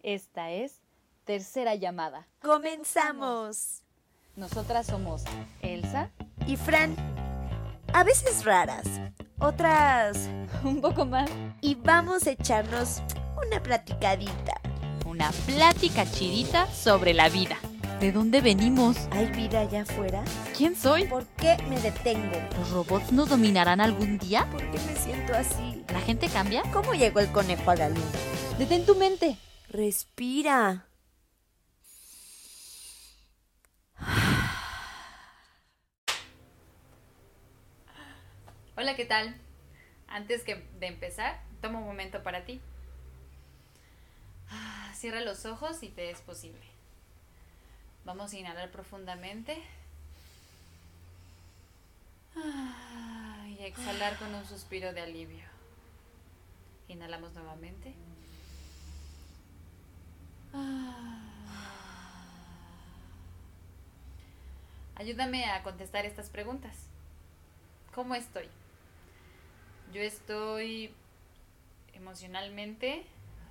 Esta es Tercera Llamada. ¡Comenzamos! Nosotras somos Elsa y Fran. A veces raras, otras un poco más. Y vamos a echarnos una platicadita. Una plática chidita sobre la vida. ¿De dónde venimos? ¿Hay vida allá afuera? ¿Quién soy? ¿Por qué me detengo? ¿Los robots nos dominarán algún día? ¿Por qué me siento así? ¿La gente cambia? ¿Cómo llegó el conejo a la luna? Detén tu mente. Respira. Hola, ¿qué tal? Antes de empezar, toma un momento para ti. Cierra los ojos si te es posible. Vamos a inhalar profundamente. Y exhalar con un suspiro de alivio. Inhalamos nuevamente. Ayúdame a contestar estas preguntas. ¿Cómo estoy? Yo estoy emocionalmente,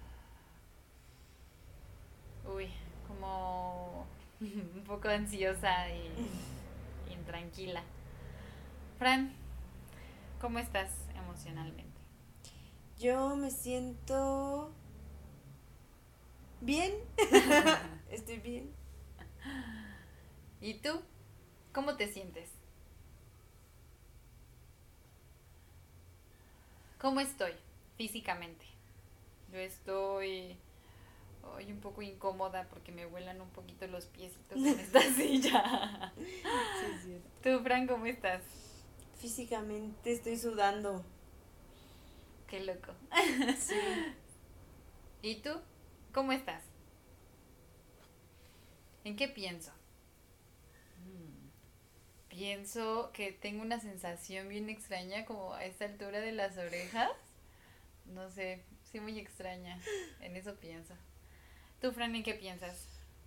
como un poco ansiosa y intranquila. Fran, ¿cómo estás emocionalmente? Yo me siento bien. Estoy bien. ¿Y tú? ¿Cómo te sientes? ¿Cómo estoy físicamente? Yo estoy un poco incómoda porque me vuelan un poquito los piecitos en esta silla. Sí, es cierto. ¿Tú, Fran, cómo estás? Físicamente estoy sudando. Qué loco. Sí. ¿Y tú? ¿Cómo estás? ¿En qué pienso? Pienso que tengo una sensación bien extraña como a esta altura de las orejas. No sé, sí, muy extraña. En eso pienso. ¿Tú, Fran, en qué piensas?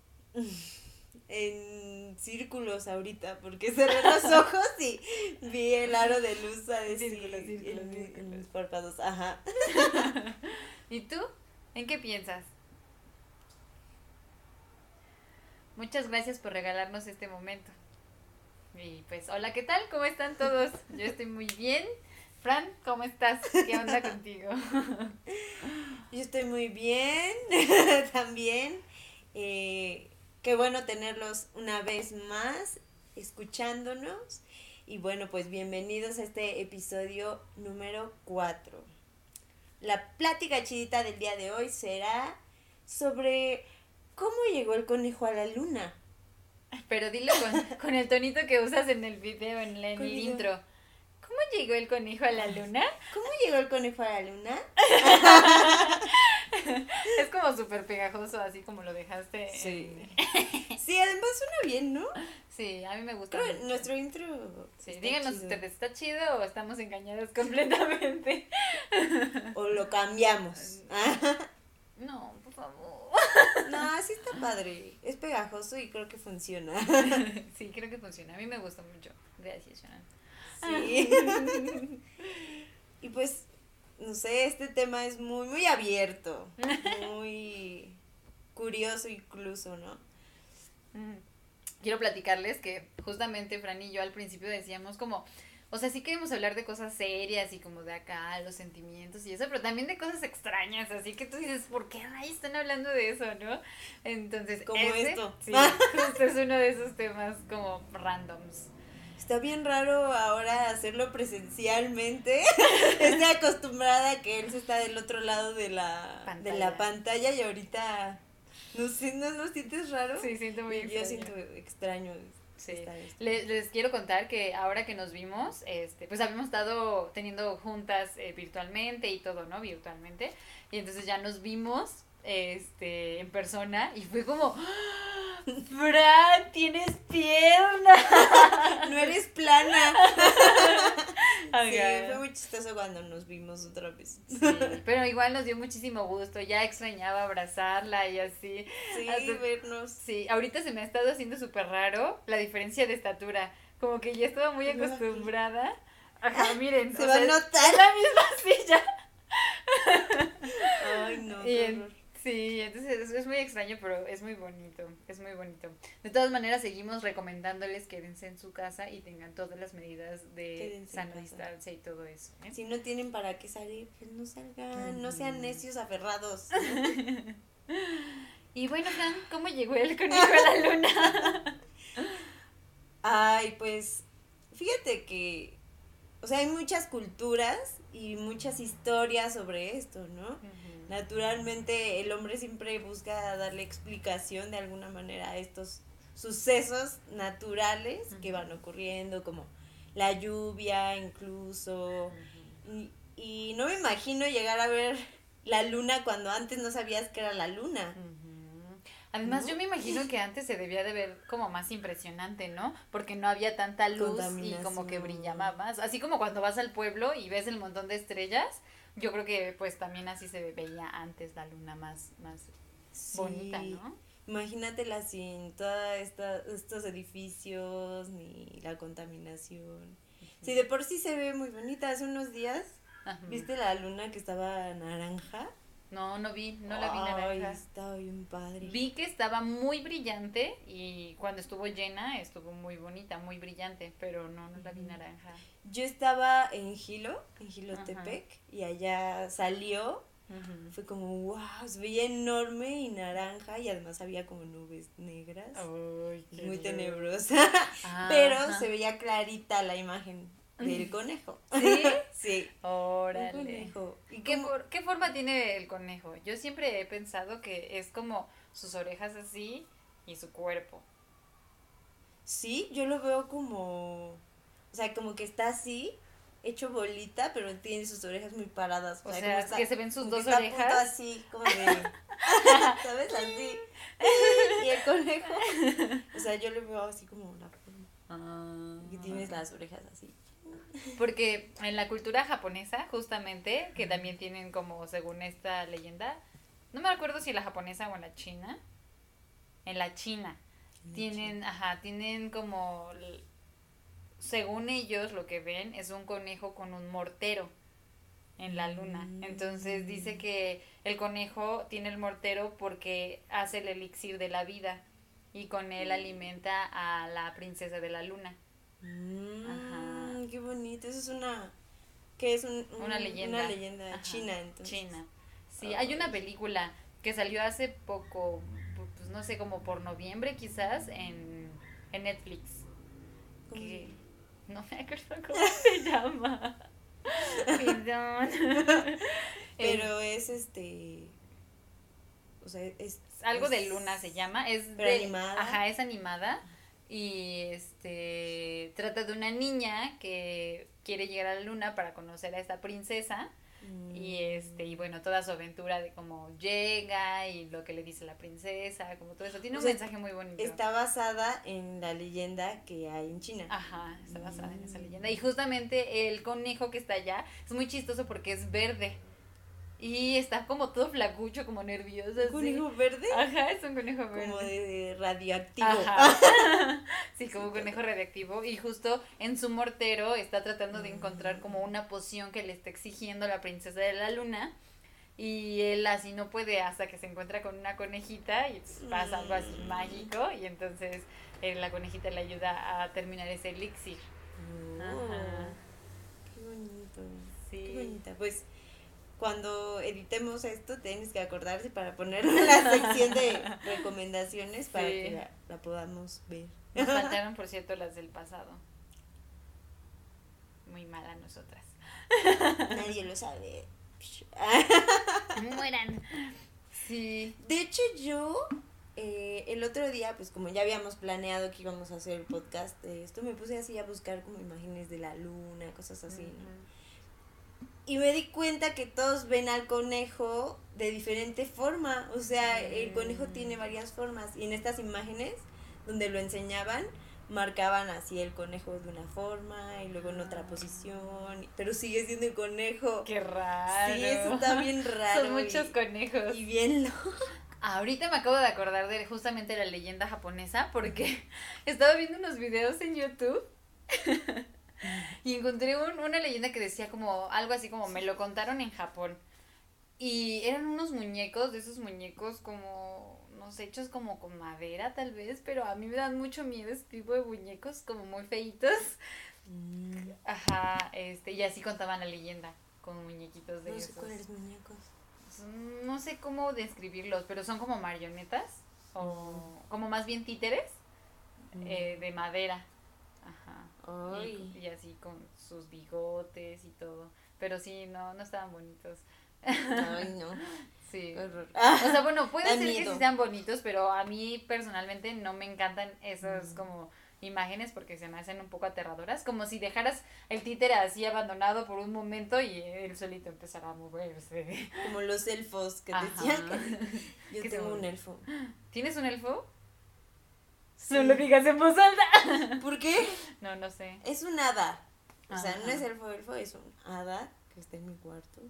En círculos ahorita, porque cerré los ojos y vi el aro de luz a decir Círculos. en mis párpados. Ajá. ¿Y tú? ¿En qué piensas? Muchas gracias por regalarnos este momento. Y pues, hola, ¿qué tal? ¿Cómo están todos? Yo estoy muy bien. Fran, ¿cómo estás? ¿Qué onda contigo? Yo estoy muy bien. También. Qué bueno tenerlos una vez más escuchándonos. Y bueno, pues bienvenidos a este episodio número 4. La plática chidita del día de hoy será sobre cómo llegó el conejo a la luna. Pero dilo con el tonito que usas en el video, en el intro. ¿Cómo llegó el conejo a la luna? ¿Cómo llegó el conejo a la luna? Es como súper pegajoso, así como lo dejaste. Sí. Sí, además suena bien, ¿no? Sí, a mí me gusta Creo mucho. nuestro intro. Sí, está díganos chido. ustedes, ¿está chido o estamos engañadas completamente? O lo cambiamos. No, por favor. No, así está padre. Es pegajoso y creo que funciona. Sí, creo que funciona. A mí me gusta mucho. Gracias, Sharon. Sí. Y pues, no sé, este tema es muy, muy abierto. Muy curioso incluso, ¿no? Quiero platicarles que justamente Fran y yo al principio decíamos como, o sea, sí queremos hablar de cosas serias y como de acá, los sentimientos y eso, pero también de cosas extrañas, así que tú dices, ¿por qué ahí están hablando de eso, no? Entonces, Como esto. Sí, justo es uno de esos temas como randoms. Está bien raro ahora hacerlo presencialmente. Estoy acostumbrada a que él está del otro lado de la pantalla y ahorita, no sé, ¿no lo sientes raro? Sí, siento muy extraño. Yo siento extraño. Sí. Esto. Les quiero contar que ahora que nos vimos, pues habíamos estado teniendo juntas virtualmente y todo, ¿no? Virtualmente. Y entonces ya nos vimos en persona y fue como, ¡Ah! Fran, tienes pierna. No eres plana. Sí, Ajá. fue muy chistoso cuando nos vimos otra vez. Sí, pero igual nos dio muchísimo gusto, ya extrañaba abrazarla y así. Sí, Hasta- vernos. Sí, ahorita se me ha estado haciendo súper raro la diferencia de estatura, como que ya estaba muy No. acostumbrada. Ajá, miren, Se va a notar. es la misma silla. Ay, no, Y qué horror. Sí, entonces es muy extraño, pero es muy bonito, es muy bonito. De todas maneras, seguimos recomendándoles quédense en su casa y tengan todas las medidas de Quédense en sana casa. distancia y todo eso. ¿Eh? Si no tienen para qué salir, pues no salgan, no sean necios aferrados. Y bueno, Fran, ¿cómo llegó el conejo a la luna? Ay, pues fíjate que, o sea, hay muchas culturas y muchas historias sobre esto, ¿no? Naturalmente el hombre siempre busca darle explicación de alguna manera a estos sucesos naturales que van ocurriendo, como la lluvia incluso, y no me imagino llegar a ver la luna cuando antes no sabías que era la luna. Además, ¿No? yo me imagino que antes se debía de ver como más impresionante, ¿no? Porque no había tanta luz y como que brillaba más. Así como cuando vas al pueblo y ves el montón de estrellas, yo creo que pues también así se veía antes la luna más Sí. bonita, ¿no? Imagínatela sin todos estos edificios ni la contaminación. Sí, de por sí se ve muy bonita. Hace unos días, Ajá. ¿viste la luna que estaba naranja? No la vi naranja. Ay, estaba bien padre. Vi que estaba muy brillante y cuando estuvo llena estuvo muy bonita, muy brillante, pero no la vi naranja. Yo estaba en Jilotepec, y allá salió. Fue como, wow, se veía enorme y naranja y además había como nubes negras. Ay, Es muy tenebrosa, pero se veía clarita la imagen del conejo. ¿Sí? Sí. Órale. Un conejo. ¿Y ¿Qué forma tiene el conejo? Yo siempre he pensado que es como sus orejas así y su cuerpo. Sí, yo lo veo como, o sea, como que está así, hecho bolita, pero tiene sus orejas muy paradas. O sea, como está, que se ven sus como dos que está a orejas. punto así, como de, ¿sabes? Así. Y el conejo, o sea, yo le veo así como la forma. Y tienes las orejas así. Porque en la cultura japonesa, justamente, que también tienen como, según esta leyenda, no me acuerdo si la japonesa o en la china, tienen como, según ellos lo que ven es un conejo con un mortero en la luna. Entonces dice que el conejo tiene el mortero porque hace el elixir de la vida y con él alimenta a la princesa de la luna. Ajá. Qué bonito, eso es una, ¿qué es? Una leyenda. Una leyenda Ajá. china, entonces. China. Sí, hay una película que salió hace poco, pues no sé, como por noviembre quizás, en Netflix. Que no me acuerdo cómo se llama. Perdón. Pero o sea, Algo de luna se llama. Pero animada. Ajá, es animada. Y trata de una niña que quiere llegar a la luna para conocer a esta princesa. Y bueno, toda su aventura de cómo llega y lo que le dice la princesa, como todo eso. Tiene un mensaje muy bonito. Está basada en la leyenda que hay en China. Ajá, está basada en esa leyenda. Y justamente el conejo que está allá es muy chistoso porque es verde. Y está como todo flacucho, como nervioso. ¿Un conejo verde? Ajá, es un conejo verde. Como de radioactivo. Ajá. Sí, como un conejo radiactivo. Y justo en su mortero está tratando de encontrar como una poción que le está exigiendo la princesa de la luna. Y él así no puede hasta que se encuentra con una conejita y pasa algo así mágico. Y entonces la conejita le ayuda a terminar ese elixir. Ajá. Qué bonito. Sí. Qué bonita. Pues cuando editemos esto tienes que acordarse para ponerlo en la sección de recomendaciones para que la podamos ver. Nos faltaron, por cierto, las del pasado. Muy mal a nosotras. Nadie lo sabe. Mueran. Sí. De hecho, yo el otro día, pues como ya habíamos planeado que íbamos a hacer el podcast de esto, me puse así a buscar como imágenes de la luna, cosas así, ¿no? Y me di cuenta que todos ven al conejo de diferente forma. O sea, el conejo tiene varias formas. Y en estas imágenes, donde lo enseñaban, marcaban así el conejo de una forma y luego en otra posición. Pero sigue siendo el conejo. Qué raro. Sí, eso está bien raro. Son muchos conejos. Y bien loco. Ahorita me acabo de acordar de justamente la leyenda japonesa porque estaba viendo unos videos en YouTube. Y encontré una leyenda que decía como algo así como me lo contaron en Japón. Y eran unos muñecos, de esos muñecos como, no sé, hechos como con madera tal vez, pero a mí me dan mucho miedo ese tipo de muñecos, como muy feitos. Ajá, y así contaban la leyenda, con muñequitos de No esos. sé cuáles muñecos. No sé cómo describirlos, pero son como marionetas, o como más bien títeres, de madera. Ajá. Ay. Y así con sus bigotes y todo. Pero sí, no estaban bonitos. Ay, no. Sí. Qué horror. O sea, bueno, puede Da ser que miedo. sí sean bonitos, pero a mí personalmente no me encantan esas como imágenes porque se me hacen un poco aterradoras, como si dejaras el títere así abandonado por un momento y él solito empezara a moverse. Como los elfos que Ajá. decían que yo Que se tengo un mueven. elfo. ¿Tienes un elfo? Sí. No lo digas en voz alta. ¿Por qué? No sé. Es un hada. O sea, Ajá. no es elfo, es un hada que está en mi cuarto.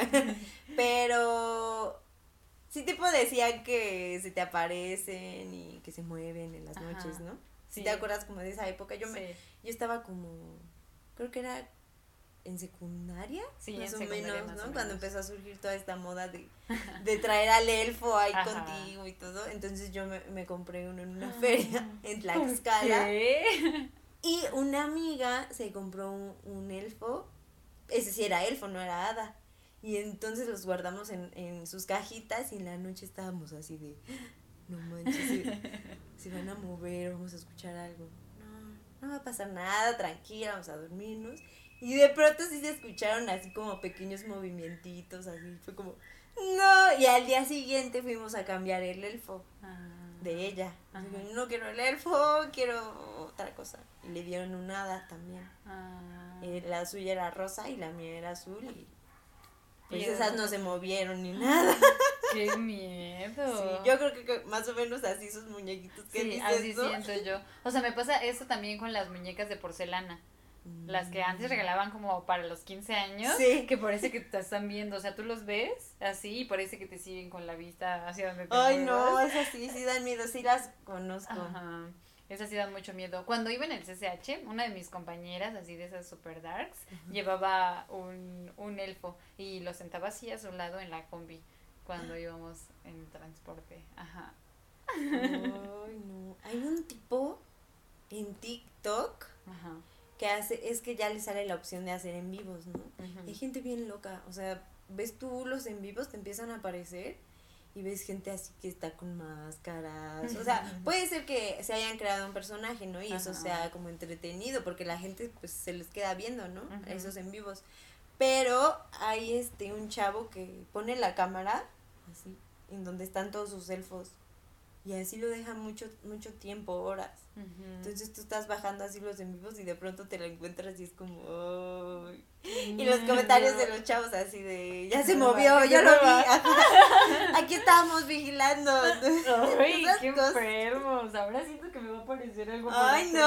Pero sí tipo decían que se te aparecen y que se mueven en las Ajá. noches, ¿no? Si Sí. te acuerdas como de esa época, yo Sí. estaba como, creo que era en secundaria, Sí, más en o secundaria menos, más ¿no? o Cuando menos. empezó a surgir toda esta moda de traer al elfo ahí Ajá. contigo y todo. Entonces yo me compré uno en una feria en ¿Por Tlaxcala. qué? Y una amiga se compró un elfo. Ese sí era elfo, no era hada. Y entonces los guardamos en sus cajitas y en la noche estábamos así de, no manches, se van a mover, vamos a escuchar algo. No va a pasar nada, tranquila, vamos a dormirnos. Y de pronto sí se escucharon así como pequeños movimientitos, así fue como, no. Y al día siguiente fuimos a cambiar el elfo de ella. Así que, no quiero el elfo, quiero otra cosa. Y le dieron un hada también. La suya era rosa y la mía era azul y pues Y esas eso- no se movieron ni nada. ¡Qué miedo! Sí, yo creo que más o menos así esos muñequitos que Sí, dices, así ¿no? siento yo. O sea, me pasa eso también con las muñecas de porcelana. Las que antes regalaban como para los 15 años, Sí. que parece que te están viendo, o sea, tú los ves así y parece que te siguen con la vista hacia donde te Ay, no, muevas. esas sí dan miedo, sí las conozco. Ajá. Esas sí dan mucho miedo. Cuando iba en el CCH, una de mis compañeras, así de esas super darks, llevaba un elfo y lo sentaba así a su lado en la combi cuando íbamos en transporte. Ajá. Ay, no. Hay un tipo en TikTok Ajá. que es que ya le sale la opción de hacer en vivos, ¿no? Ujú. Hay gente bien loca, o sea, ves tú los en vivos, te empiezan a aparecer y ves gente así que está con máscaras, o sea, puede ser que se hayan creado un personaje, ¿no? Y eso Ajá. sea como entretenido, porque la gente pues se les queda viendo, ¿no? Ujú. Esos en vivos. Pero hay un chavo que pone la cámara así, en donde están todos sus elfos. Y así lo deja mucho tiempo, horas. Ujú. Entonces tú estás bajando así los en vivos y de pronto te lo encuentras y es como, "Ay". Y los comentarios de los chavos así de, ya se No, movió, que yo se lo vi, mueva. ajá. Aquí estábamos vigilando. Ay, Esas qué cosas. enfermos. Ahora siento que me va a aparecer algo. por Ay, aquí. no.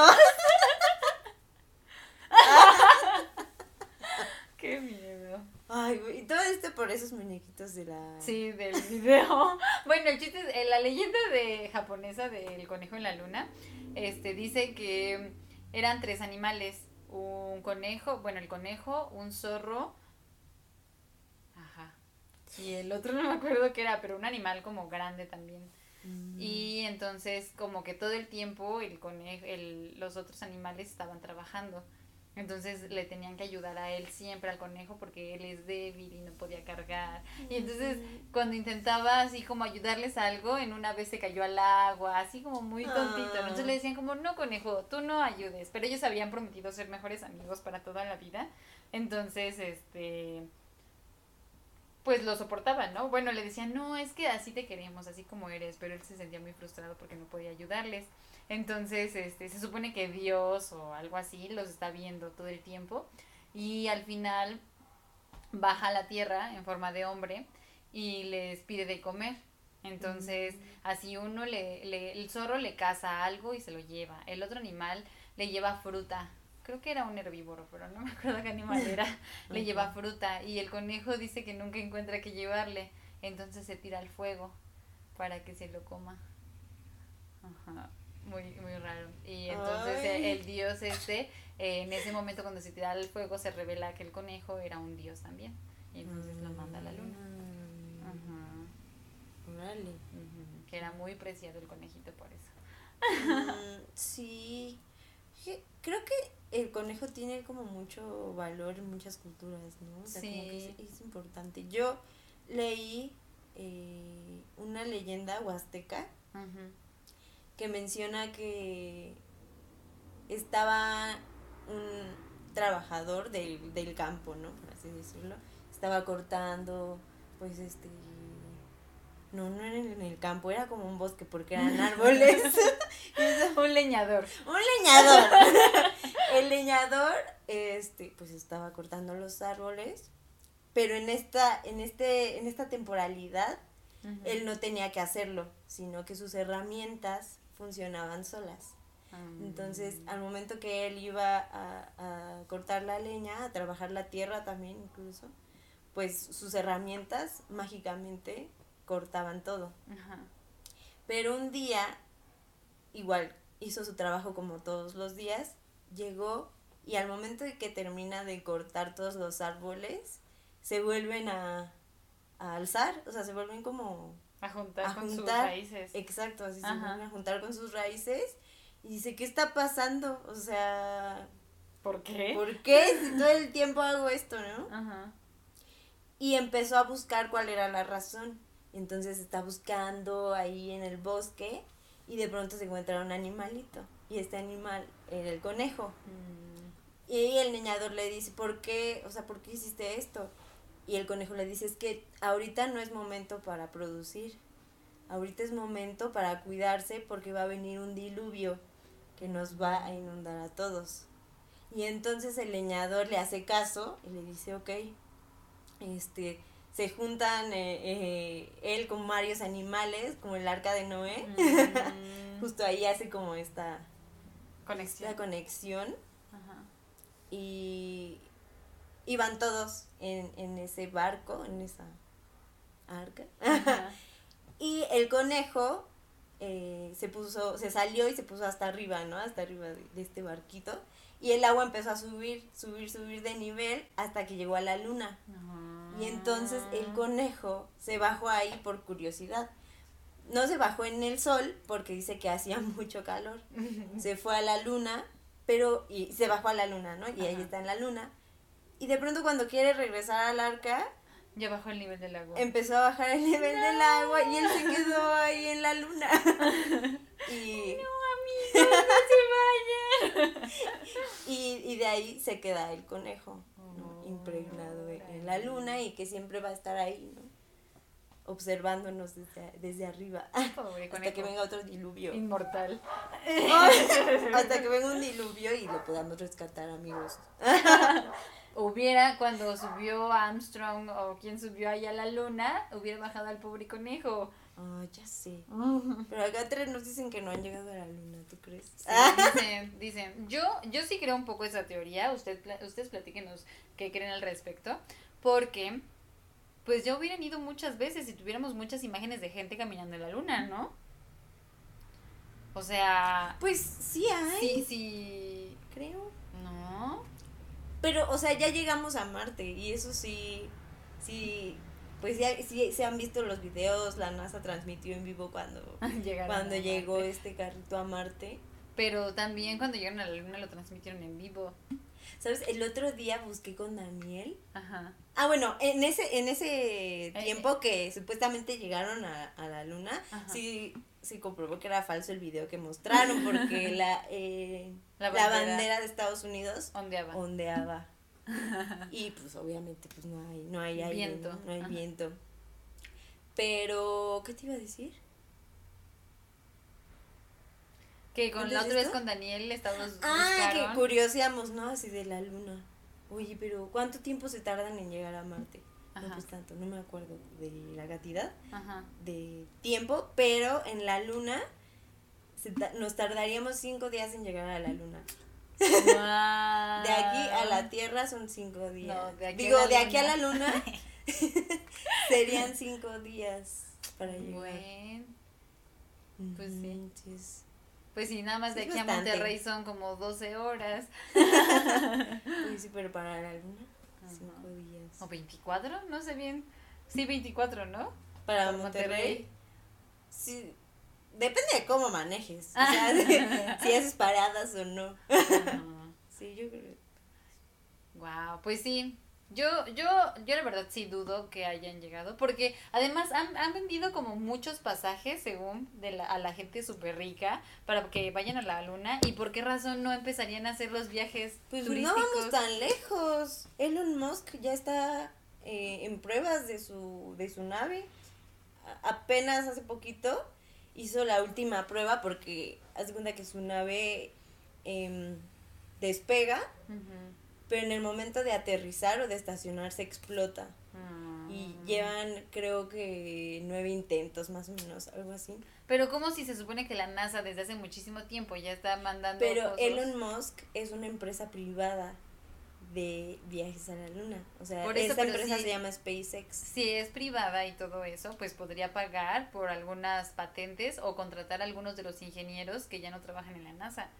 Qué miedo. Ay, güey, y todo esto por esos muñequitos de la... Sí, del video. Bueno, el chiste es, la leyenda de japonesa del conejo en la luna, dice que eran 3 animales, un conejo, bueno, el conejo, un zorro, ajá, y el otro no me acuerdo qué era, pero un animal como grande también. Y entonces como que todo el tiempo el conejo, los otros animales estaban trabajando. Entonces le tenían que ayudar a él siempre al conejo porque él es débil y no podía cargar. Y entonces cuando intentaba así como ayudarles a algo, en una vez se cayó al agua, así como muy tontito. ¿No? Entonces le decían como, no conejo, tú no ayudes. Pero ellos habían prometido ser mejores amigos para toda la vida. Entonces, pues lo soportaban, ¿no? Bueno, le decían, no, es que así te queremos, así como eres, pero él se sentía muy frustrado porque no podía ayudarles. Entonces, se supone que Dios o algo así los está viendo todo el tiempo y al final baja a la tierra en forma de hombre y les pide de comer. Entonces, así el zorro le caza algo y se lo lleva. El otro animal le lleva fruta. Creo que era un herbívoro, pero no me acuerdo qué animal era. Le lleva fruta y el conejo dice que nunca encuentra qué llevarle. Entonces se tira al fuego para que se lo coma. Ajá, muy, muy raro. Y entonces el dios en ese momento cuando se tira al fuego se revela que el conejo era un dios también. Y entonces lo manda a la luna. Órale. Que era muy preciado el conejito por eso. Sí. Creo que el conejo tiene como mucho valor en muchas culturas, ¿no? O sea, como que es importante. Yo leí una leyenda huasteca que menciona que estaba un trabajador del campo, ¿no? Por así decirlo. Estaba cortando, pues, no era en el campo, era como un bosque porque eran árboles. Un leñador. Un leñador. El leñador, pues estaba cortando los árboles, pero en esta temporalidad, él no tenía que hacerlo, sino que sus herramientas funcionaban solas. Entonces, al momento que él iba a cortar la leña, a trabajar la tierra también incluso, pues sus herramientas mágicamente cortaban todo. Pero un día, igual, hizo su trabajo como todos los días, llegó y al momento de que termina de cortar todos los árboles, se vuelven a alzar, o sea, se vuelven como a juntar con sus raíces. Exacto, así se vuelven a juntar con sus raíces y dice, ¿qué está pasando? O sea, ¿por qué? ¿Por qué si todo el tiempo hago esto, no? Y empezó a buscar cuál era la razón. Entonces está buscando ahí en el bosque y de pronto se encuentra un animalito. Y este animal era el conejo. Y el leñador le dice, ¿por qué? O sea, ¿por qué hiciste esto? Y el conejo le dice, es que ahorita no es momento para producir. Ahorita es momento para cuidarse porque va a venir un diluvio que nos va a inundar a todos. Y entonces el leñador le hace caso y le dice, ok, se juntan él con varios animales, como el arca de Noé. Justo ahí hace como esta conexión. Y van todos en ese barco, en esa arca. Y el conejo se salió y se puso hasta arriba, ¿no? Hasta arriba de este barquito. Y el agua empezó a subir de nivel hasta que llegó a la luna. Y entonces el conejo se bajó ahí por curiosidad. No se bajó en el sol porque dice que hacía mucho calor. Se fue a la luna, y se bajó a la luna, ¿no? Y ahí está en la luna. Y de pronto cuando quiere regresar al arca, ya bajó el nivel del agua. Empezó a bajar el nivel del agua y él se quedó ahí en la luna. Y no, amigo, no se vayan. Y de ahí se queda el conejo, ¿no? Impregnado en la luna y que siempre va a estar ahí, ¿no? Observándonos desde arriba. Pobre hasta que venga otro diluvio. Inmortal. Hasta que venga un diluvio y lo podamos rescatar, amigos. Cuando subió Armstrong o quien subió allá a la luna, hubiera bajado al pobre conejo. Ya sé. Pero acá tres nos dicen que no han llegado a la luna, ¿tú crees? Sí, dicen. Yo sí creo un poco esa teoría. Ustedes platíquenos qué creen al respecto. Porque, pues ya hubieran ido muchas veces si tuviéramos muchas imágenes de gente caminando en la luna, ¿no? O sea... Pues sí hay. Sí. Creo. ¿No? Pero, o sea, ya llegamos a Marte y eso sí, pues ya sí se han visto los videos, la NASA transmitió en vivo cuando llegó este carrito a Marte. Pero también cuando llegaron a la luna lo transmitieron en vivo. ¿Sabes? El otro día busqué con Daniel. Ajá. Bueno, en ese tiempo que supuestamente llegaron a la luna, sí comprobó que era falso el video que mostraron porque la bandera de Estados Unidos ondeaba. Y pues obviamente pues no hay viento. Aire, no hay viento. Pero, ¿qué te iba a decir? Que con la otra vez con Daniel buscaron. Que curioseamos, ¿no? Así de la luna. Oye, pero ¿cuánto tiempo se tardan en llegar a Marte? No, pues tanto, no me acuerdo de la cantidad de tiempo, pero en la luna nos tardaríamos 5 días en llegar a la luna. Wow. De aquí a la Tierra son 5 días. No, de aquí a la luna serían 5 días para llegar. Bueno, pues sí. Pues sí, nada más de aquí bastante. A Monterrey son como 12 horas. Pues sí, pero para la luna 5 días. ¿O 24? No sé bien. Sí, 24, ¿no? Para Monterrey. sí, depende de cómo manejes. O sea, si haces paradas o no. Sí, yo creo. Wow, pues sí. Yo la verdad sí dudo que hayan llegado, porque además han vendido como muchos pasajes según a la gente súper rica para que vayan a la luna. ¿Y por qué razón no empezarían a hacer los viajes Pues turísticos? no vamos tan lejos. Elon Musk ya está en pruebas de su nave. Apenas hace poquito hizo la última prueba porque hace cuenta que su nave despega, pero en el momento de aterrizar o de estacionarse explota. Y llevan, creo que 9 intentos, más o menos, algo así. Pero como si se supone que la NASA desde hace muchísimo tiempo ya está mandando Pero cosas? Elon Musk es una empresa privada de viajes a la luna. O sea, Por eso, esta pero empresa sí, se llama SpaceX. Si es privada y todo eso, pues podría pagar por algunas patentes o contratar a algunos de los ingenieros que ya no trabajan en la NASA.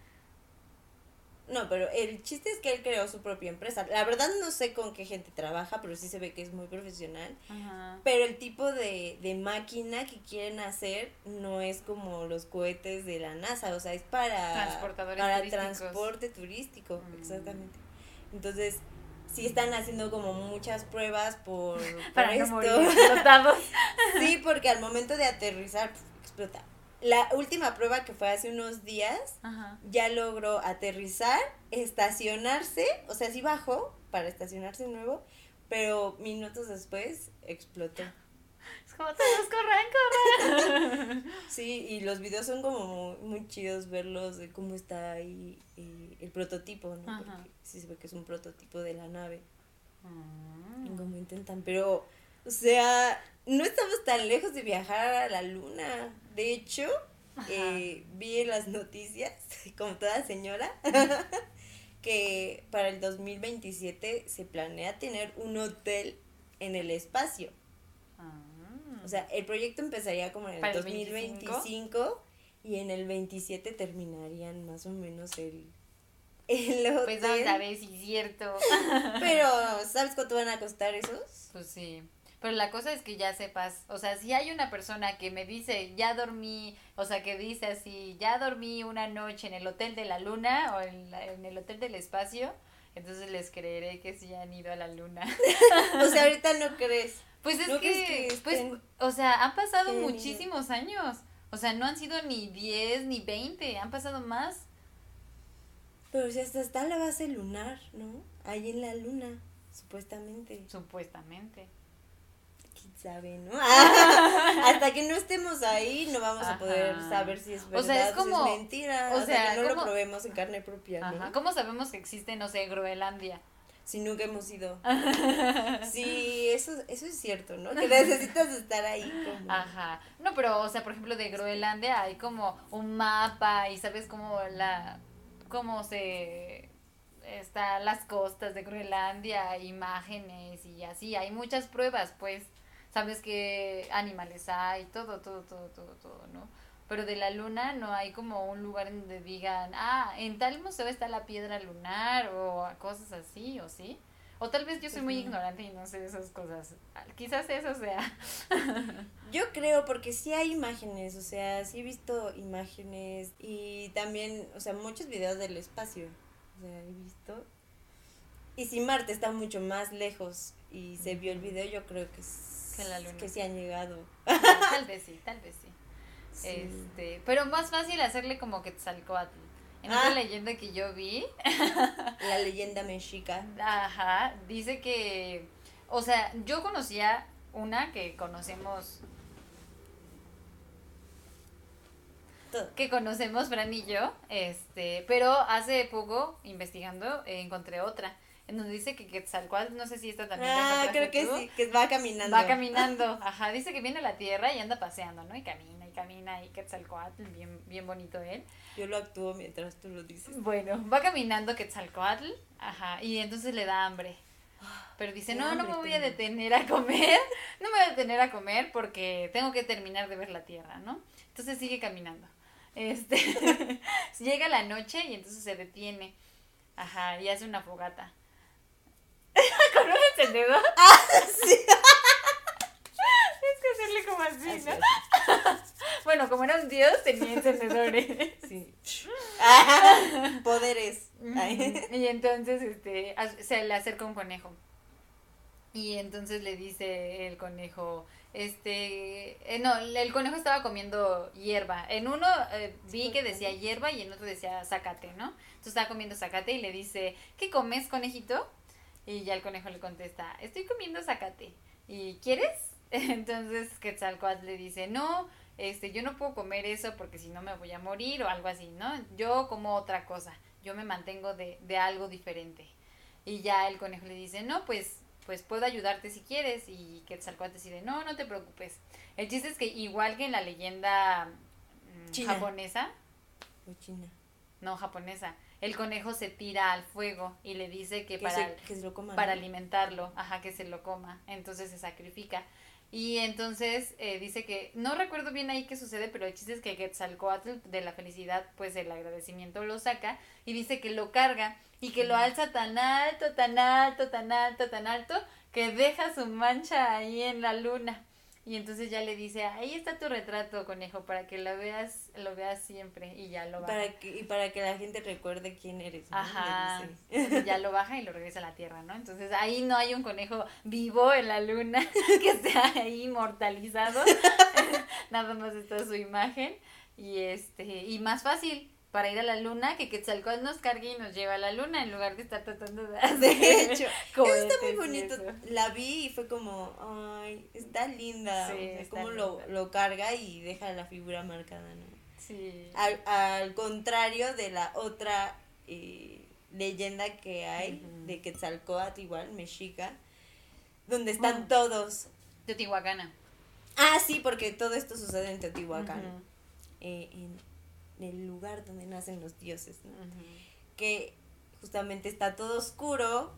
No, pero el chiste es que él creó su propia empresa. La verdad no sé con qué gente trabaja, pero sí se ve que es muy profesional. Ajá. Pero el tipo de máquina que quieren hacer no es como los cohetes de la NASA, o sea, es para turísticos. transporte turístico, exactamente. Entonces, sí están haciendo como muchas pruebas por Para esto. no morir explotados. Sí, porque al momento de aterrizar, explota. La última prueba, que fue hace unos días, Ajá. ya logró aterrizar, estacionarse, o sea, sí bajó para estacionarse de nuevo, pero minutos después explotó. Es como todos corran. Sí, y los videos son como muy chidos verlos de cómo está ahí el prototipo, ¿no? Ajá. Porque sí se ve que es un prototipo de la nave. Y Mm. cómo intentan, pero, o sea, no estamos tan lejos de viajar a la luna. De hecho, vi en las noticias, como toda señora, que para el 2027 se planea tener un hotel en el espacio. O sea, el proyecto empezaría como en el ¿Para el 2025 y en el 27 terminarían más o menos el hotel. Pues vamos a ver si es cierto. Pero, ¿sabes cuánto van a costar esos? Pues sí. Pero la cosa es que ya sepas, o sea, si hay una persona que me dice, ya dormí, o sea, que dice así, ya dormí una noche en el Hotel de la Luna o en el Hotel del Espacio, entonces les creeré que sí han ido a la Luna. O sea, ahorita no crees. Pues es ¿No que, crees que pues, estén- o sea, han pasado que muchísimos años. O sea, no han sido ni 10 ni 20, han pasado más. Pero si hasta está la base lunar, ¿no? Ahí en la luna, supuestamente. Supuestamente. ¿Quién sabe, no? Hasta que no estemos ahí no vamos a poder Ajá. saber si es O verdad sea, es o si como- es mentira. o Hasta sea, que no lo ¿cómo- probemos en carne propia, ¿no? Ajá. ¿Cómo sabemos que existe, no sé, Groenlandia? Si nunca hemos ido. Sí, eso es cierto, ¿no? Que necesitas estar ahí como... Ajá. No, pero, o sea, por ejemplo, de Groenlandia hay como un mapa y sabes cómo se están las costas de Groenlandia, imágenes y así. Hay muchas pruebas, pues. Sabes qué animales hay, todo, ¿no? Pero de la luna no hay como un lugar en donde digan, en tal museo está la piedra lunar o cosas así, ¿o sí? O tal vez yo soy muy ignorante y no sé de esas cosas. Quizás eso sea. Yo creo, porque sí hay imágenes, o sea, sí he visto imágenes y también, o sea, muchos videos del espacio, o sea, he visto. Y si Marte está mucho más lejos y se vio el video, yo creo Que la luna. que sí han llegado. Tal vez sí. Sí. Pero más fácil hacerle como Quetzalcóatl. En otra leyenda que yo vi, La leyenda mexica. ajá, dice que, o sea, yo conocía una que conocemos Fran y yo, pero hace poco, investigando, encontré otra, en donde dice que Quetzalcóatl, no sé si esta también la Creo que encontraste tú, sí, que va caminando. va caminando, ajá, dice que viene a la tierra y anda paseando, ¿no? Y camina, y Quetzalcóatl, bien bonito él. Yo lo actúo mientras tú lo dices. Bueno, va caminando Quetzalcóatl, ajá, y entonces le da hambre. Pero dice, Qué no me hambre voy a tengo. detener a comer, no me voy a detener a comer porque tengo que terminar de ver la tierra, ¿no? Entonces sigue caminando. Llega la noche y entonces se detiene, ajá, y hace una fogata. ¿Con un encendedor? Sí. Es que hacerle como así, Así ¿no? es. Bueno, como era un dios, tenía encendedores. Sí. Poderes. Ay. Y entonces, se le acerca un conejo. Y entonces le dice el conejo, no, el conejo estaba comiendo hierba. En uno vi que decía hierba y en otro decía zacate, ¿no? Entonces estaba comiendo zacate y le dice, ¿qué comes, conejito? Y ya el conejo le contesta, estoy comiendo zacate. ¿Y quieres? Entonces Quetzalcóatl le dice, no, yo no puedo comer eso porque si no me voy a morir o algo así, ¿no? Yo como otra cosa, yo me mantengo de algo diferente. Y ya el conejo le dice, no, pues puedo ayudarte si quieres. Y Quetzalcóatl decide, no, no te preocupes. El chiste es que igual que en la leyenda japonesa, O China. no, japonesa, el conejo se tira al fuego y le dice que que se lo coma, para ¿no? alimentarlo, que se lo coma, entonces se sacrifica. Y entonces dice que, no recuerdo bien ahí qué sucede, pero el chiste es que Quetzalcóatl de la felicidad, pues el agradecimiento lo saca y dice que lo carga y que lo alza tan alto, tan alto, tan alto, tan alto, que deja su mancha ahí en la luna. Y entonces ya le dice, ahí está tu retrato, conejo, para que lo veas siempre. Y ya lo baja. Para que la gente recuerde quién eres, ¿no? Ajá. Le dice. Ya lo baja y lo regresa a la tierra, ¿no? Entonces ahí no hay un conejo vivo en la luna que esté ahí inmortalizado. Nada más está su imagen. Y más fácil para ir a la luna que Quetzalcóatl nos cargue y nos lleva a la luna en lugar de estar tratando de hacer De hecho, cohetes está muy y bonito. eso. La vi y fue como, ay, está linda. Sí, O sea, está cómo linda. lo carga y deja la figura marcada, ¿no? Sí. Al contrario de la otra leyenda que hay de Quetzalcóatl, igual, mexica, donde están todos. Teotihuacana. Ah, sí, porque todo esto sucede en Teotihuacán, Ujú. en el lugar donde nacen los dioses, ¿no? Ujú. Que justamente está todo oscuro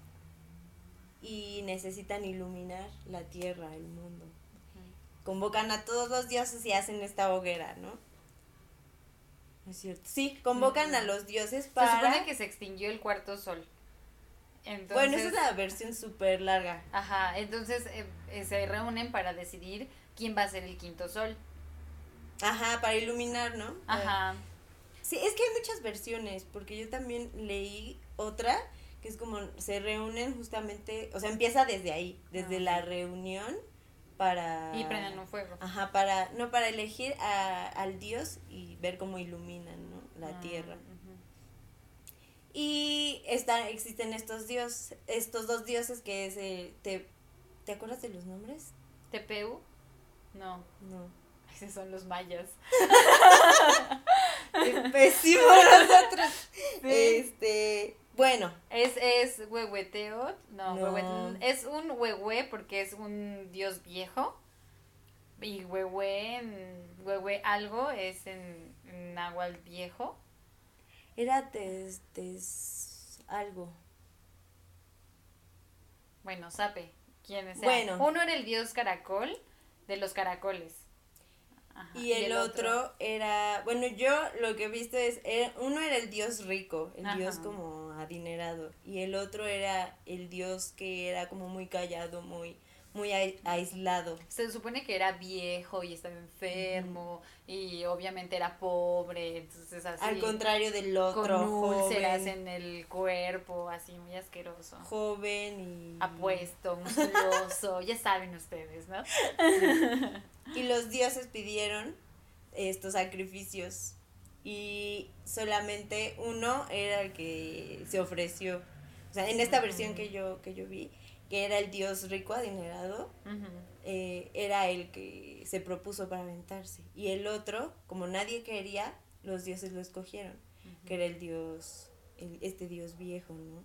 y necesitan iluminar la tierra, el mundo. Convocan a todos los dioses y hacen esta hoguera, ¿no? ¿No es cierto? Sí, convocan a los dioses Se para... supone que se extinguió el cuarto sol. Entonces, Bueno, esa es la versión súper larga. Ajá, entonces se reúnen para decidir quién va a ser el quinto sol. Ajá, para iluminar, ¿no? Ajá. Sí, es que hay muchas versiones, porque yo también leí otra, que es como se reúnen justamente, o sea, empieza desde ahí, desde la reunión para... Y prenden un fuego. Ajá, para elegir al dios y ver cómo iluminan, ¿no? La tierra. Ujú. Y existen estos dos dioses que es, ¿te acuerdas de los nombres? ¿TPU? No, No. esos son los mayas. Qué pésimo nosotros. Bueno. Es Huehueteot. No, No. es un huehue porque es un dios viejo. Y huehue algo es en náhuatl viejo. Era algo. Bueno, sape, quiénes sean. Bueno. Uno era el dios caracol de los caracoles. Ajá, Y el otro era, bueno, yo lo que he visto uno era el dios rico, el dios como adinerado, y el otro era el dios que era como muy callado, muy aislado. Se supone que era viejo y estaba enfermo y obviamente era pobre, entonces así. Al contrario del otro, con úlceras joven, en el cuerpo, así muy asqueroso. joven y... Apuesto, musculoso, ya saben ustedes, ¿no? Y los dioses pidieron estos sacrificios y solamente uno era el que se ofreció. O sea, en esta versión que yo vi, que era el dios rico adinerado, era el que se propuso para aventarse. Y el otro, como nadie quería, los dioses lo escogieron, que era el dios, este dios viejo, ¿no?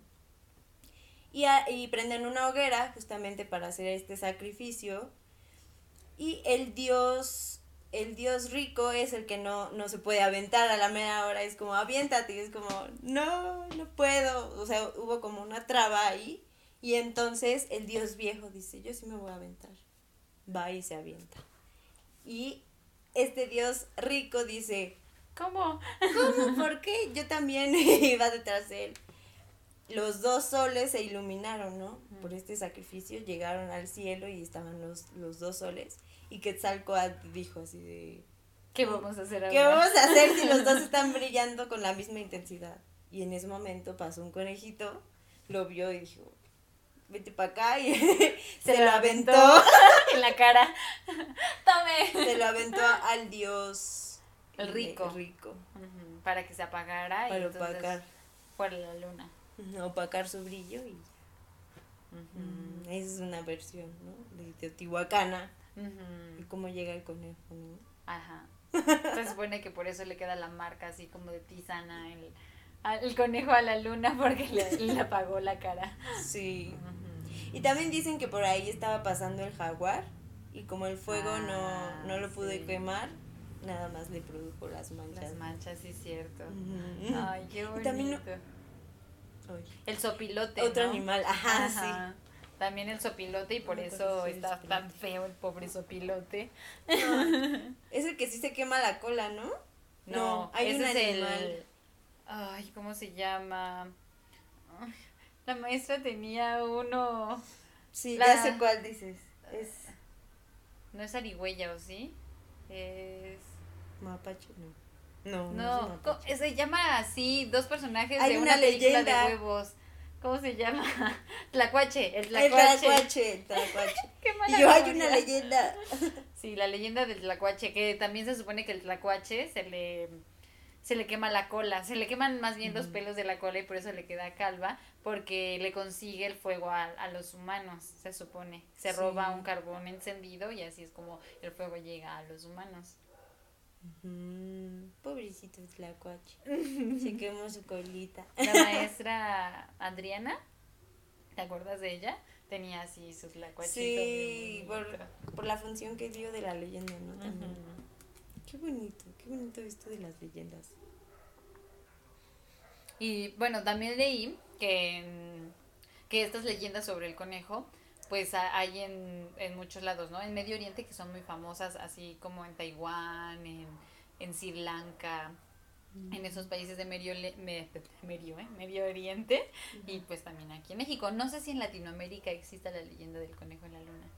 Y prenden una hoguera justamente para hacer este sacrificio. Y el dios rico es el que no se puede aventar a la mera hora, es como aviéntate, y es como no puedo, o sea, hubo como una traba ahí, y entonces el dios viejo dice, yo sí me voy a aventar, va y se avienta, y este dios rico dice, ¿Cómo? ¿por qué? Yo también iba detrás de él. Los dos soles se iluminaron, ¿no? Por este sacrificio llegaron al cielo y estaban los dos soles. Y Quetzalcóatl dijo así de, ¿Qué vamos a hacer ahora? ¿Qué vamos a hacer si los dos están brillando con la misma intensidad? Y en ese momento pasó un conejito, lo vio y dijo, vete para acá, y se lo aventó en la cara. ¡Tome! se lo aventó al dios El rico. Ujú, para que se apagara y para entonces opacar, fuera la luna. opacar su brillo y esa es una versión, ¿no? De Teotihuacana y cómo llega el conejo, ¿no? Ajá. Se supone que por eso le queda la marca así como de tisana el conejo a la luna porque le apagó la cara. Sí. Y también dicen que por ahí estaba pasando el jaguar y como el fuego no lo pude quemar, nada más le produjo las manchas. Las manchas, sí, cierto. Ujú. Ay, qué bonito. Y también el sopilote, otro ¿no? animal, ajá, sí. También el sopilote y por eso está tan feo el pobre sopilote. No, es el que sí se quema la cola, ¿no? No, hay ese un es animal. Ay, ¿cómo se llama? Ay, la maestra tenía uno. Sí, ya sé cuál dices. No es zarigüeya, ¿o sí? Es... Mapache, no. No, es mapache. se llama así, dos personajes Hay de una una película leyenda. de huevos. ¿Cómo se llama? Tlacuache, el El tlacuache. tlacuache. Qué mala Y yo, hay memoria. una leyenda. Sí, la leyenda del tlacuache, que también se supone que el tlacuache se le quema la cola, se le queman más bien los pelos de la cola y por eso le queda calva, porque le consigue el fuego a los humanos, se supone. Se roba un carbón encendido y así es como el fuego llega a los humanos. Pobrecito tlacuache. Se quemó su colita. La maestra Adriana, ¿te acuerdas de ella? Tenía así sus tlacuachitos. Sí, bien bonito. por la función que dio de la leyenda, ¿no? También. Qué bonito esto de las leyendas. Y bueno, también leí que estas leyendas sobre el conejo, pues hay en muchos lados, ¿no? En Medio Oriente, que son muy famosas, así como en Taiwán, en Sri Lanka, en esos países de Medio Oriente, y pues también aquí en México. No sé si en Latinoamérica exista la leyenda del conejo en la luna.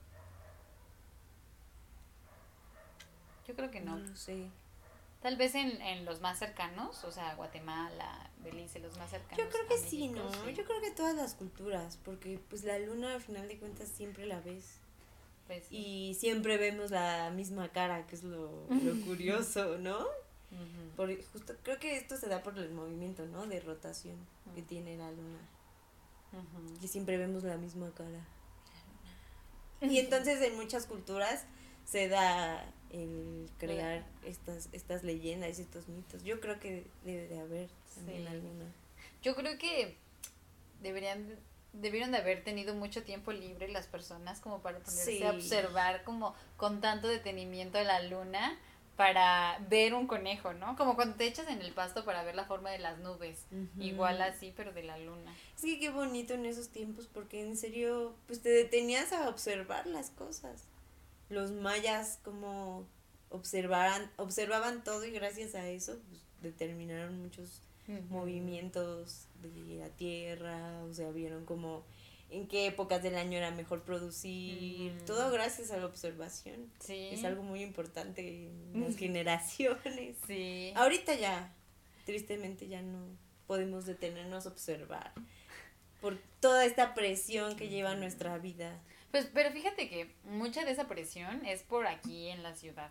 Yo creo que no. No sé. Tal vez en los más cercanos, o sea, Guatemala, Belice, los más cercanos. Yo creo que a sí, México, ¿no? sí. Yo creo que todas las culturas, porque pues la luna al final de cuentas siempre la ves. Pues, sí. Y siempre vemos la misma cara, que es lo curioso, ¿no? Justo creo que esto se da por el movimiento, ¿no? De rotación que tiene la luna. Que siempre vemos la misma cara. Y entonces en muchas culturas se da el crear estas leyendas, estos mitos. Yo creo que debe de haber también alguna. Yo creo que debieron de haber tenido mucho tiempo libre las personas como para ponerse a observar como con tanto detenimiento a la luna para ver un conejo, ¿no? Como cuando te echas en el pasto para ver la forma de las nubes, igual así, pero de la luna. Es que qué bonito en esos tiempos, porque en serio, pues te detenías a observar las cosas. Los mayas como observaban todo y gracias a eso pues, determinaron muchos movimientos de la tierra, o sea, vieron como en qué épocas del año era mejor producir, todo gracias a la observación. Sí. Es algo muy importante en las generaciones. Sí. Ahorita ya, tristemente ya no podemos detenernos a observar por toda esta presión que lleva nuestra vida. Pues, pero fíjate que mucha de esa presión es por aquí en la ciudad.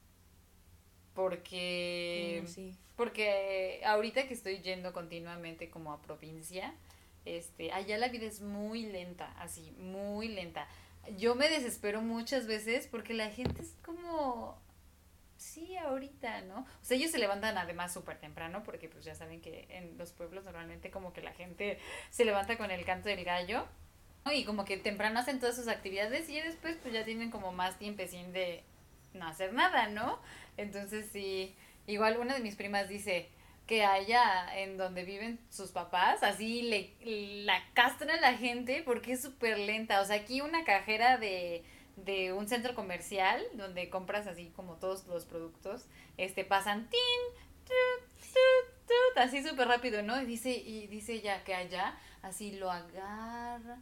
Porque porque ahorita que estoy yendo continuamente como a provincia, allá la vida es muy lenta, así, muy lenta. Yo me desespero muchas veces porque la gente es como sí, ahorita, ¿no? O sea, ellos se levantan además súper temprano porque pues ya saben que en los pueblos normalmente como que la gente se levanta con el canto del gallo, ¿no? Y como que temprano hacen todas sus actividades y ya después pues ya tienen como más tiempecín de no hacer nada, ¿no? Entonces sí, igual una de mis primas dice que allá en donde viven sus papás, así la castran a la gente porque es súper lenta. O sea, aquí una cajera de un centro comercial donde compras así como todos los productos, pasan tin, tut, tut, tut, así súper rápido, ¿no? Y dice ella que allá así lo agarra,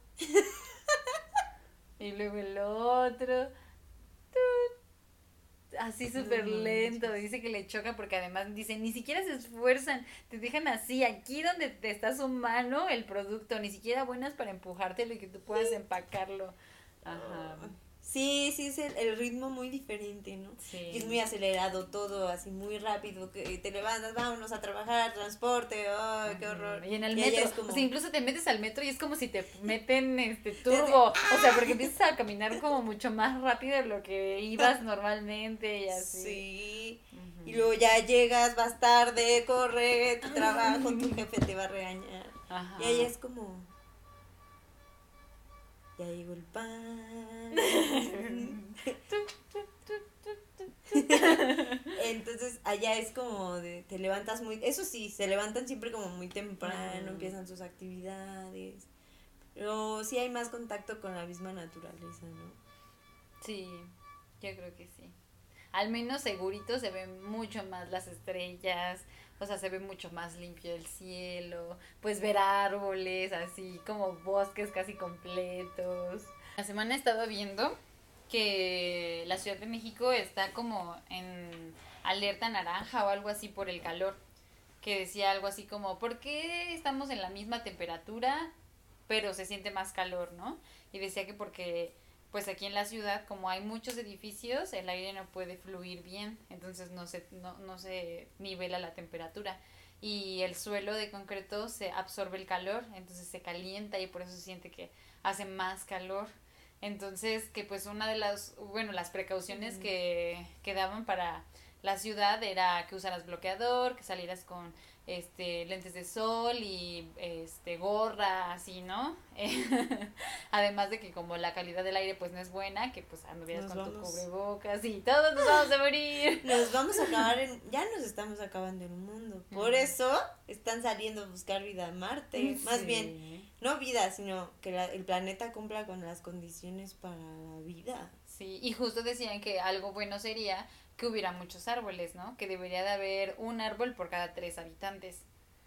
tut, y luego el otro, tut, así súper lento, dice que le choca porque además dice, ni siquiera se esfuerzan, te dejan así, aquí donde te está su mano el producto, ni siquiera buenas para empujártelo y que tú puedas empacarlo. Ajá. Sí, es el ritmo muy diferente, ¿no? Sí. Y es muy acelerado todo, así muy rápido, que te levantas, vámonos a trabajar, transporte, ¡ay, qué horror! Y en el Y allá metro, es como... o sea, incluso te metes al metro y es como si te meten turbo, o sea, porque empiezas a caminar como mucho más rápido de lo que ibas normalmente y así. Sí, y luego ya llegas, vas tarde, corre, tu trabajo, tu jefe te va a regañar. Ajá. Y ahí es como... Ya llegó el pan. Entonces allá es como de, te levantas muy, eso sí, se levantan siempre como muy temprano, empiezan sus actividades, pero sí hay más contacto con la misma naturaleza, ¿no? Sí, yo creo que sí. Al menos segurito se ven mucho más las estrellas, o sea, se ve mucho más limpio el cielo, pues ver árboles, así como bosques casi completos. La semana he estado viendo que la Ciudad de México está como en alerta naranja o algo así por el calor, que decía algo así como, ¿por qué estamos en la misma temperatura pero se siente más calor, ¿no? Y decía que porque pues aquí en la ciudad, como hay muchos edificios, el aire no puede fluir bien, entonces no se nivela la temperatura. Y el suelo de concreto se absorbe el calor, entonces se calienta y por eso se siente que hace más calor. Entonces, que pues una de las precauciones que daban para la ciudad era que usaras bloqueador, que salieras con lentes de sol y gorra, así, ¿no? Además de que como la calidad del aire pues no es buena, que pues anduvieras con tu cubrebocas y todos nos vamos a morir. Nos vamos a acabar ya nos estamos acabando el mundo. Por eso están saliendo a buscar vida en Marte. Más bien, no vida, sino que el planeta cumpla con las condiciones para la vida. Sí, y justo decían que algo bueno sería que hubiera muchos árboles, ¿no? Que debería de haber un árbol por cada 3 habitantes.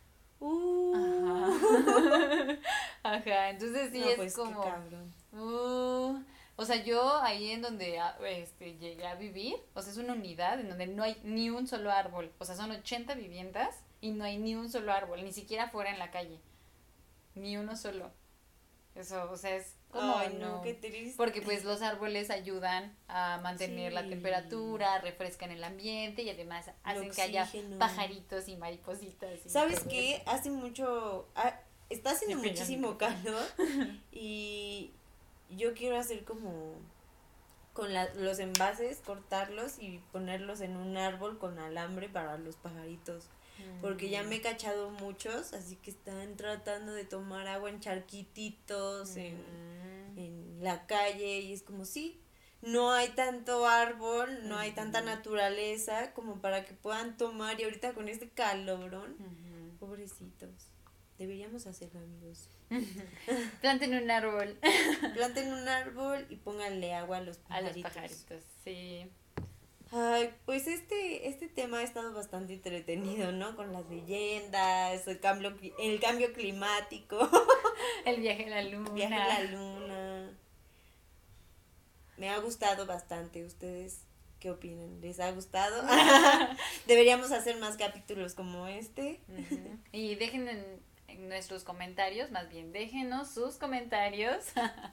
Ajá. Ajá, entonces sí, no, es pues, como... qué cabrón. O sea, yo ahí en donde llegué a vivir, o sea, es una unidad en donde no hay ni un solo árbol. O sea, son 80 viviendas y no hay ni un solo árbol, ni siquiera fuera en la calle. Ni uno solo. Eso, o sea, es como... Ay, no, qué triste. Porque pues los árboles ayudan a mantener la Sí. temperatura, refrescan el ambiente y además hacen que haya pajaritos y maripositas. Y ¿sabes todo qué? eso. Hace mucho... está haciendo Me pega muchísimo el calor y yo quiero hacer como... con los envases, cortarlos y ponerlos en un árbol con alambre para los pajaritos. Porque ya me he cachado muchos, así que están tratando de tomar agua en charquititos, en la calle, y es como, sí, no hay tanto árbol, no hay tanta naturaleza como para que puedan tomar, y ahorita con este calorón, pobrecitos, deberíamos hacerlo, amigos. Planten un árbol. Planten un árbol y pónganle agua a los pajaritos. A los pajaritos, sí. Ay, pues este tema ha estado bastante entretenido, ¿no? Con las leyendas, el cambio climático. El viaje a la luna. Viaje a la luna. Me ha gustado bastante. ¿Ustedes qué opinan? ¿Les ha gustado? Deberíamos hacer más capítulos como este. Y dejen en nuestros comentarios, más bien déjenos sus comentarios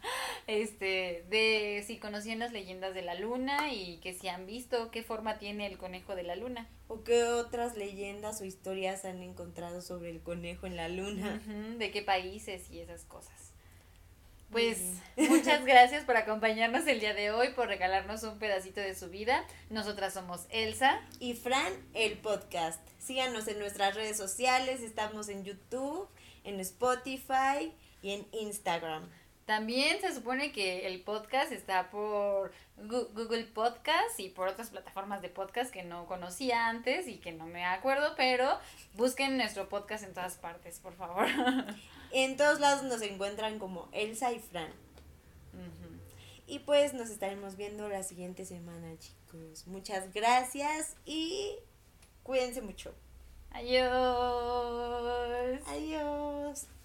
de si conocían las leyendas de la luna y que si han visto qué forma tiene el conejo de la luna. ¿O qué otras leyendas o historias han encontrado sobre el conejo en la luna? De qué países y esas cosas. Pues muchas gracias por acompañarnos el día de hoy, por regalarnos un pedacito de su vida. Nosotras somos Elsa y Fran, el podcast. Síganos en nuestras redes sociales, estamos en YouTube, en Spotify y en Instagram. También se supone que el podcast está por Google Podcast y por otras plataformas de podcast que no conocía antes y que no me acuerdo, pero busquen nuestro podcast en todas partes, por favor. En todos lados nos encuentran como Elsa y Fran. Y pues nos estaremos viendo la siguiente semana, chicos. Muchas gracias y cuídense mucho. Adiós. Adiós.